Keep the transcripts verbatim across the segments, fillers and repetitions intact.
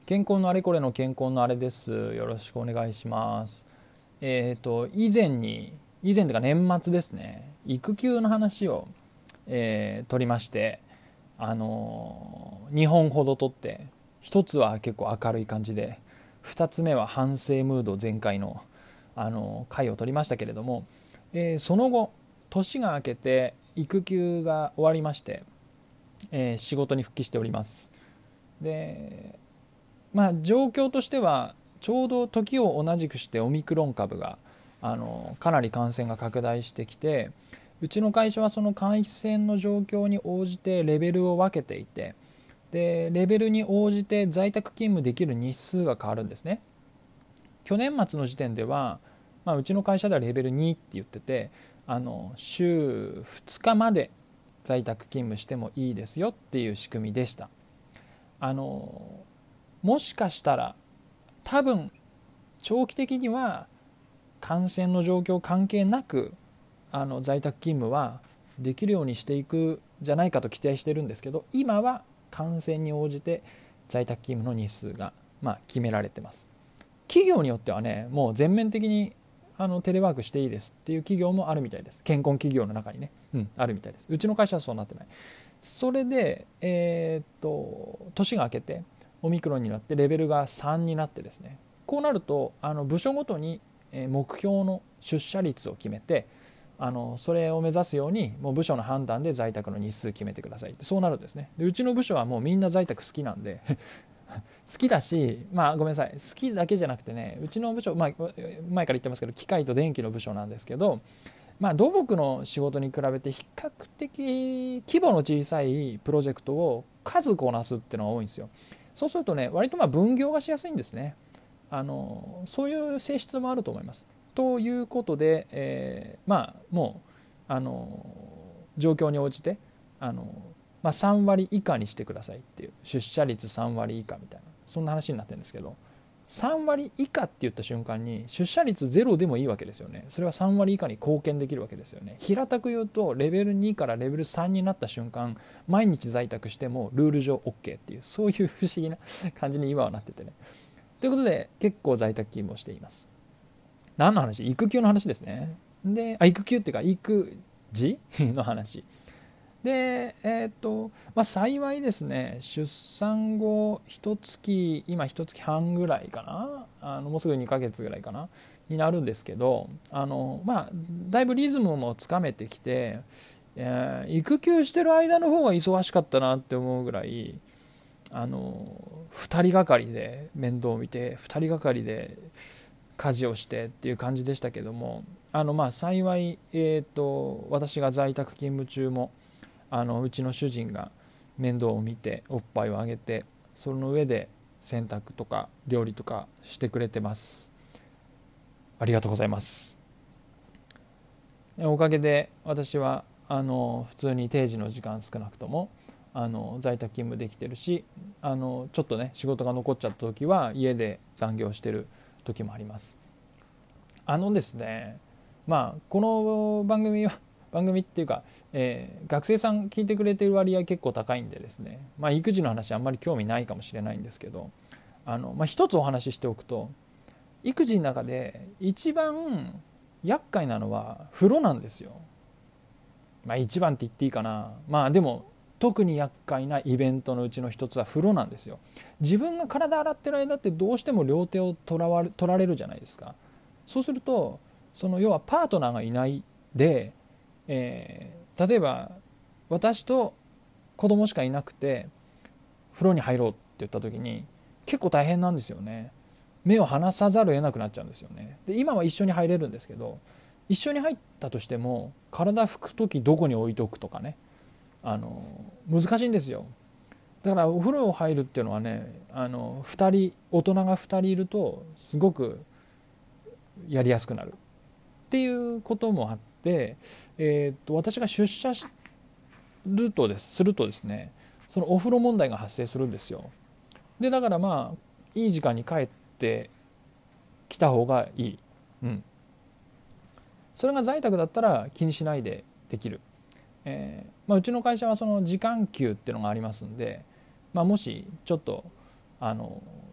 健康のあれこれの健康のあれです。よろしくお願いします。えっ、と以前に以前というか年末ですね、育休の話を、えー、取りまして、あのー、にほんほど取って、ひとつは結構明るい感じで、ふたつめは反省ムード全開の、あのー、回を取りましたけれども、えー、その後年が明けて育休が終わりまして、えー仕事に復帰しております。でまあ、状況としてはちょうど時を同じくしてオミクロン株があのかなり感染が拡大してきて、うちの会社はその感染の状況に応じてレベルを分けていて、でレベルに応じて在宅勤務できる日数が変わるんですね。去年末の時点では、まあ、うちの会社ではレベルにって言ってて、あの週ふつかまで在宅勤務してもいいですよっていう仕組みでした。あのもしかしたら多分長期的には感染の状況関係なくあの在宅勤務はできるようにしていくんじゃないかと期待してるんですけど、今は感染に応じて在宅勤務の日数がまあ決められてます。企業によってはね、もう全面的にあのテレワークしていいですっていう企業もあるみたいです。健康企業の中にね、うん、あるみたいです。うちの会社はそうなってない。それで、えー、っと年が明けてオミクロンになってレベルがさんになってですね、こうなるとあの部署ごとに目標の出社率を決めて、あのそれを目指すようにもう部署の判断で在宅の日数決めてくださいって、そうなるんですね。でうちの部署はもうみんな在宅好きなんで好きだし、まあごめんなさい、好きだけじゃなくてね、うちの部署、まあ、前から言ってますけど機械と電気の部署なんですけど、まあ、土木の仕事に比べて比較的規模の小さいプロジェクトを数こなすっていうのが多いんですよ。そうするとね、割とまあ分業がしやすいんですね。あのそういう性質もあると思います。ということで、えー、まあもうあの状況に応じてあの、まあ、さん割以下にしてくださいっていう、出社率さん割以下みたいな、そんな話になってるんですけど、さん割以下って言った瞬間に出社率ゼロでもいいわけですよね。それはさん割以下に貢献できるわけですよね。平たく言うとレベルにからレベルさんになった瞬間、毎日在宅してもルール上 OK っていう、そういう不思議な感じに今はなっててね。ということで結構在宅勤務をしています。何の話？育休の話ですね。で、あ、育休っていうか育児の話で、えーっとまあ、幸いですね、出産後一月、今一月半ぐらいかな、あのもうすぐにかげつぐらいかなになるんですけど、あの、まあ、だいぶリズムもつかめてきて、えー育休してる間の方が忙しかったなって思うぐらい、あのふたりがかりで面倒を見てふたりがかりで家事をしてっていう感じでしたけども、あのまあ幸い、えー、と私が在宅勤務中もあのうちの主人が面倒を見ておっぱいをあげて、その上で洗濯とか料理とかしてくれてます。ありがとうございます。おかげで私はあの普通に定時の時間少なくともあの在宅勤務できてるし、あのちょっとね仕事が残っちゃった時は家で残業してる時もあります。あのですね、まあこの番組は番組っていうか、えー学生さん聞いてくれてる割合結構高いんでですね、まあ育児の話あんまり興味ないかもしれないんですけど、あの、まあ、一つお話ししておくと、育児の中で一番厄介なのは風呂なんですよ。まあ一番って言っていいかな。まあでも特に厄介なイベントのうちの一つは風呂なんですよ。自分が体洗ってる間ってどうしても両手を取らわれ取られるじゃないですか。そうするとその要はパートナーがいないで、えー例えば私と子供しかいなくて風呂に入ろうって言った時に結構大変なんですよね。目を離さざるを得なくなっちゃうんですよね。で今は一緒に入れるんですけど、一緒に入ったとしても体拭く時どこに置いとくとかね、あの難しいんですよ。だからお風呂入るっていうのはね、あのふたり大人がふたりいるとすごくやりやすくなるっていうこともあって、えー、と私が出社するとですするとですね、そのお風呂問題が発生するんですよ。でだからまあいい時間に帰ってきた方がいい、うん、それが在宅だったら気にしないでできる。えーまあ、うちの会社はその時間給っていうのがありますんで、まあ、もしちょっとあの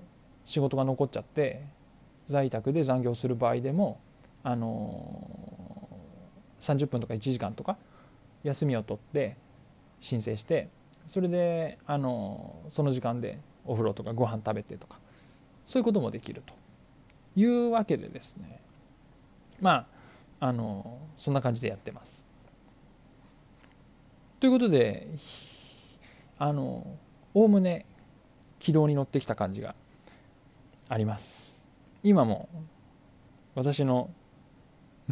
仕事が残っちゃって在宅で残業する場合でも、あのさんじゅっぷんとかいちじかんとか休みを取って申請して、それであのその時間でお風呂とかご飯食べてとか、そういうこともできるというわけでですね、まああのそんな感じでやってます。ということで、あのおおむね軌道に乗ってきた感じがあります。今も私の、うん、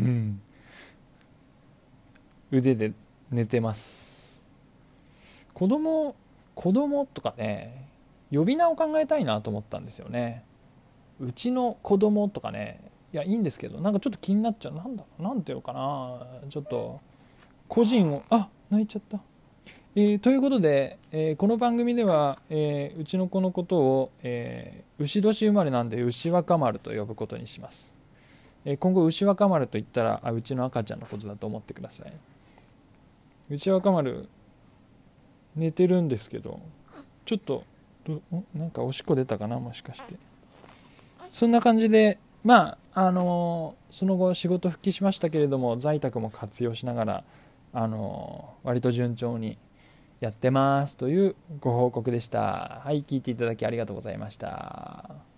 腕で寝てます。子供子供とかね、呼び名を考えたいなと思ったんですよね。うちの子供とかね、いやいいんですけど、なんかちょっと気になっちゃう。なんだなんていうのかな、ちょっと個人を、あ、泣いちゃった。えー、ということで、えー、この番組では、えー、うちの子のことを、えー、牛年生まれなんで牛若丸と呼ぶことにします。えー、今後牛若丸と言ったら、あ、うちの赤ちゃんのことだと思ってください。牛若丸寝てるんですけど、ちょっとどなんかおしっこ出たかな、もしかして。そんな感じで、まああのー、その後仕事復帰しましたけれども、在宅も活用しながら、あのー、割と順調にやってますというご報告でした。はい、聞いていただきありがとうございました。